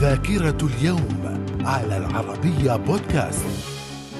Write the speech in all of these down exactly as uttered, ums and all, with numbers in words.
ذاكرة اليوم على العربية بودكاست.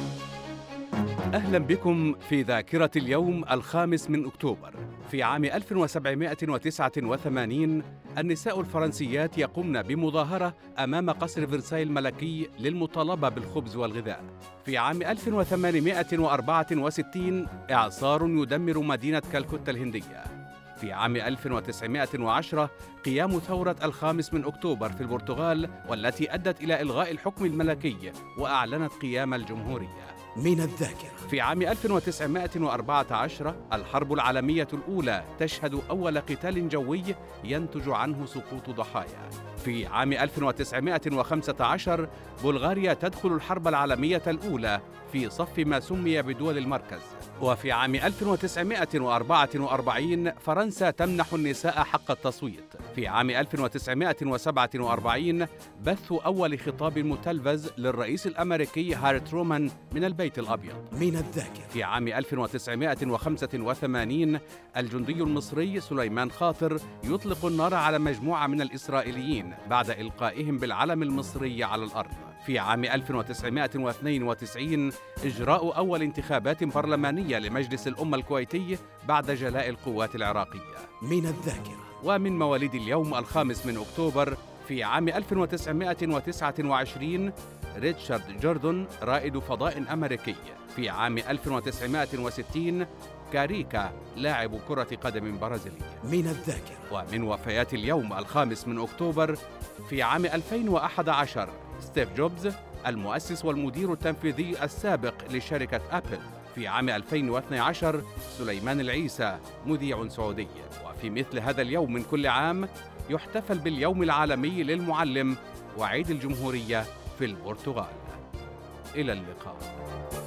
أهلا بكم في ذاكرة اليوم الخامس من أكتوبر. في عام ألف وسبعمائة وتسعة وثمانين النساء الفرنسيات يقمن بمظاهرة أمام قصر فرساي الملكي للمطالبة بالخبز والغذاء. في عام ألف وثمانمائة وأربعة وستين إعصار يدمر مدينة كالكوتا الهندية. في عام ألف وتسعمائة وعشرة قيام ثورة الخامس من أكتوبر في البرتغال، والتي أدت إلى إلغاء الحكم الملكي وأعلنت قيام الجمهورية. من الذاكرة. في عام ألف وتسعمائة وأربعة عشر الحرب العالمية الأولى تشهد أول قتال جوي ينتج عنه سقوط ضحايا. في عام ألف وتسعمائة وخمسة عشر بلغاريا تدخل الحرب العالمية الأولى في صف ما سمي بدول المركز. وفي عام ألف وتسعمائة وأربعة وأربعين فرنسا تمنح النساء حق التصويت. في عام ألف وتسعمائة وسبعة وأربعين بث أول خطاب متلفز للرئيس الأمريكي هاري ترومان من البيت الأبيض. من الذاكرة. في عام ألف وتسعمائة وخمسة وثمانين الجندي المصري سليمان خاطر يطلق النار على مجموعة من الإسرائيليين بعد إلقائهم بالعلم المصري على الأرض. في عام ألف وتسعمائة واثنين وتسعين إجراء أول انتخابات برلمانية لمجلس الأمة الكويتي بعد جلاء القوات العراقية. من الذاكرة. ومن مواليد اليوم الخامس من أكتوبر في عام ألف وتسعمائة وتسعة وعشرين ريتشارد جوردن رائد فضاء أمريكي. في عام ألف وتسعمائة وستين كاريكا لاعب كرة قدم برازيلي. من الذاكرة. ومن وفيات اليوم الخامس من أكتوبر في عام ألفين وأحد عشر ستيف جوبز المؤسس والمدير التنفيذي السابق لشركة أبل. في عام ألفين واثني عشر سليمان العيسى مذيع سعودي. وفي مثل هذا اليوم من كل عام يحتفل باليوم العالمي للمعلم وعيد الجمهورية في البرتغال. إلى اللقاء.